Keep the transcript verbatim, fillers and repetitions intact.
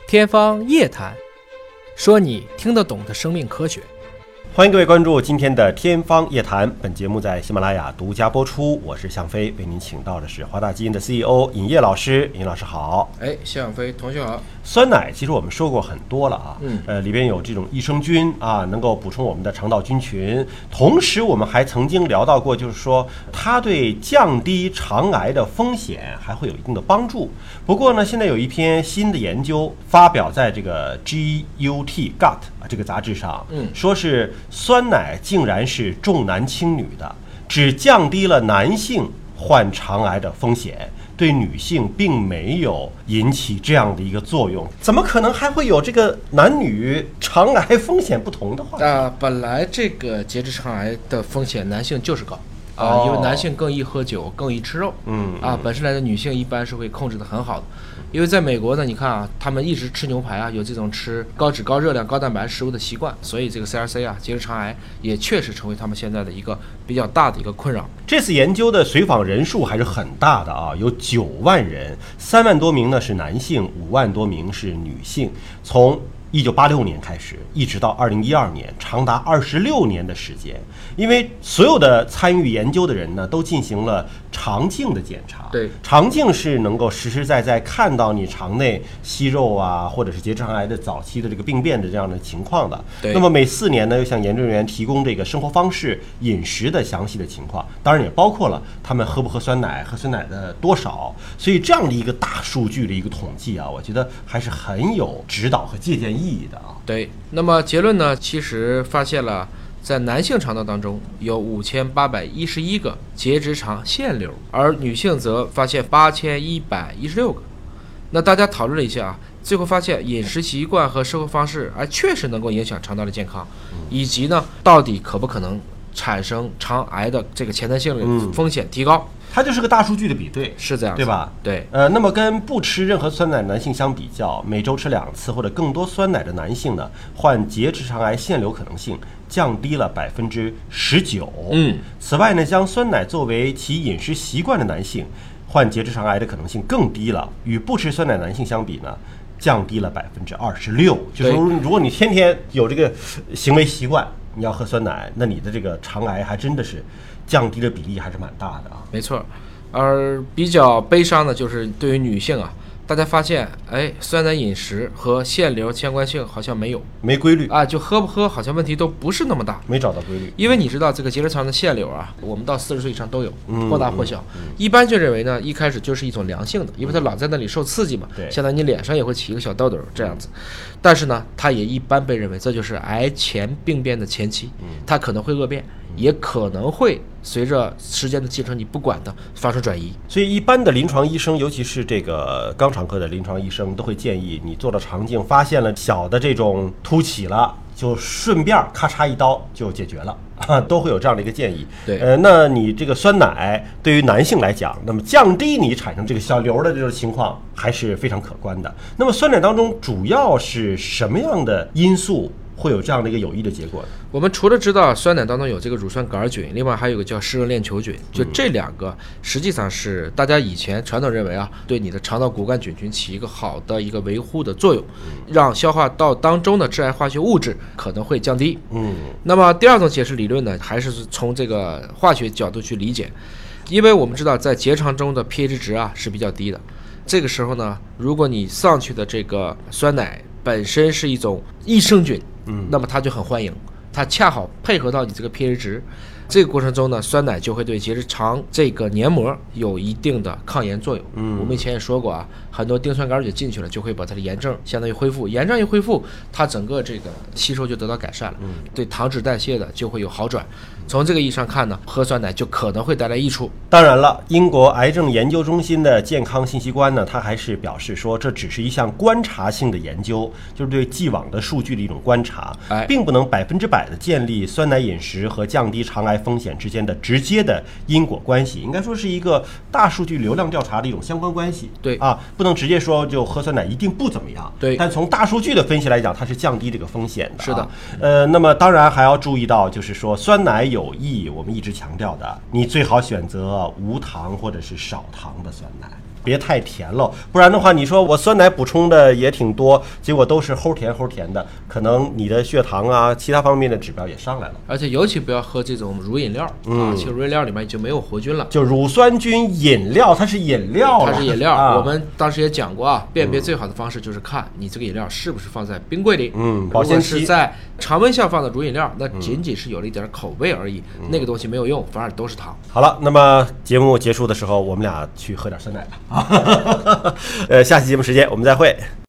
天方夜谭，说你听得懂的生命科学。 欢迎各位关注今天的天方夜谭，本节目在喜马拉雅独家播出，我是向飞，为您请到的是华大基因的 C E O 尹烨老师。尹老师好。 哎，向飞同学好。 酸奶其实我们说过很多了啊， 嗯， 呃，里边有这种益生菌啊，能够补充我们的肠道菌群。同时，我们还曾经聊到过，就是说它对降低肠癌的风险还会有一定的帮助。不过呢，现在有一篇新的研究发表在这个 G U T Gut 啊这个杂志上， 嗯， 说是酸奶竟然是重男轻女的，只降低了男性患肠癌的风险。对女性并没有引起这样的一个作用，怎么可能还会有这个男女肠癌风险不同的话？ 啊、呃，本来这个结直肠癌的风险男性就是高啊、 哦， 因为男性更易喝酒，更易吃肉， 嗯啊，本身来的女性一般是会控制得很好的。因为在美国呢，你看啊，他们一直吃牛排啊，有这种吃高脂、高热量、高蛋白食物的习惯，所以这个 C R C 啊，结直肠癌也确实成为他们现在的一个比较大的一个困扰。 这次研究的随访人数还是很大的啊，有九万人，三万多名呢是男性，五万多名是女性。从一九八六年开始，一直到二零一二年，长达二十六年的时间。因为所有的参与研究的人呢，都进行了肠镜的检查。 对， 肠镜是能够实实在在看到你肠内息肉啊，或者是结直肠癌的早期的这个病变的这样的情况的。 对。 那么每四年呢，又向研究人员提供这个生活方式、饮食的详细的情况，当然也包括了他们喝不喝酸奶、喝酸奶的多少。所以这样的一个大数据的一个统计啊，我觉得还是很有指导和借鉴意义的啊。 对。那么结论呢，其实发现了。在男性肠道当中有五千八百一十一个结直肠腺瘤，而女性则发现八千一百一十六个。那大家讨论了一下啊，最后发现饮食习惯和生活方式哎确实能够影响肠道的健康，以及呢到底可不可能产生肠癌的这个潜在性的风险提高。 嗯，它就是个大数据的比对， 是这样， 对吧？ 对， 呃，那么跟不吃任何酸奶的男性相比较，每周吃两次或者更多酸奶的男性呢，患结直肠癌腺瘤可能性降低了百分之十九。 嗯， 此外呢，将酸奶作为其饮食习惯的男性，患结直肠癌的可能性更低了，与不吃酸奶男性相比呢，降低了百分之二十六。就是说，如果你天天有这个行为习惯，你要喝酸奶，那你的这个肠癌还真的是降低的比例还是蛮大的啊。 没错，而比较悲伤的就是对于女性啊，大家发现，哎，酸奶饮食和腺瘤相关性好像没有， 没规律啊，就喝不喝好像问题都不是那么大， 没找到规律。 因为你知道这个结直肠的腺瘤啊，我们到四十岁以上都有， 嗯、 或大或小、 嗯嗯。 一般就认为呢，一开始就是一种良性的，因为它老在那里受刺激嘛， 对， 相当于你脸上也会起一个小痘痘这样子。但是呢，它也一般被认为这就是癌前病变的前期，它可能会恶变，也可能会随着时间的进程你不管的发生转移。 所以一般的临床医生，尤其是这个肛肠科的临床医生，都会建议你做到肠镜发现了小的这种凸起了，就顺便咔嚓一刀就解决了啊，都会有这样的一个建议。 对， 呃，那你这个酸奶对于男性来讲，那么降低你产生这个小瘤的这种情况还是非常可观的。那么酸奶当中主要是什么样的因素会有这样的一个有益的结果呢？ 我们除了知道酸奶当中有这个乳酸杆菌，另外还有一个叫湿热链球菌，就这两个实际上是大家以前传统认为啊，对你的肠道骨干菌群起一个好的一个维护的作用，让消化道当中的致癌化学物质可能会降低。 嗯， 那么第二种解释理论呢，还是从这个化学角度去理解，因为我们知道在结肠中的 pH 值啊是比较低的，这个时候呢，如果你上去的这个酸奶本身是一种益生菌，嗯，那么它就很欢迎，它恰好配合到你这个 pH 值，这个过程中呢，酸奶就会对结直肠这个黏膜有一定的抗炎作用。嗯，我们以前也说过啊，很多丁酸杆菌进去了，就会把它的炎症相当于恢复，炎症一恢复，它整个这个吸收就得到改善了，嗯，对糖脂代谢的就会有好转。从这个意义上看呢，喝酸奶就可能会带来益处。 当然了，英国癌症研究中心的健康信息官呢，他还是表示说，这只是一项观察性的研究，就是对既往的数据的一种观察， 哎， 并不能百分之百的建立酸奶饮食和降低肠癌风险之间的直接的因果关系，应该说是一个大数据流量调查的一种相关关系。 对啊，不能直接说就喝酸奶一定不怎么样。 对， 但从大数据的分析来讲，它是降低这个风险的、啊。 是的， 呃，那么当然还要注意到，就是说酸奶有益，我们一直强调的，你最好选择无糖或者是少糖的酸奶。 别太甜了，不然的话，你说我酸奶补充的也挺多，结果都是齁甜齁甜的，可能你的血糖啊，其他方面的指标也上来了。 而且尤其不要喝这种乳饮料、嗯、啊，其实乳饮料里面就没有活菌了。 就乳酸菌饮料，它是饮料， 它是饮料、 啊。 我们当时也讲过啊，辨别最好的方式就是看你这个饮料是不是放在冰柜里。 嗯，保鲜期。 如果是在常温下放的乳饮料，那仅仅是有了一点口味而已，嗯、那个东西没有用，反而都是糖。 好了，那么节目结束的时候，我们俩去喝点酸奶吧。呃，下期节目时间我们再会。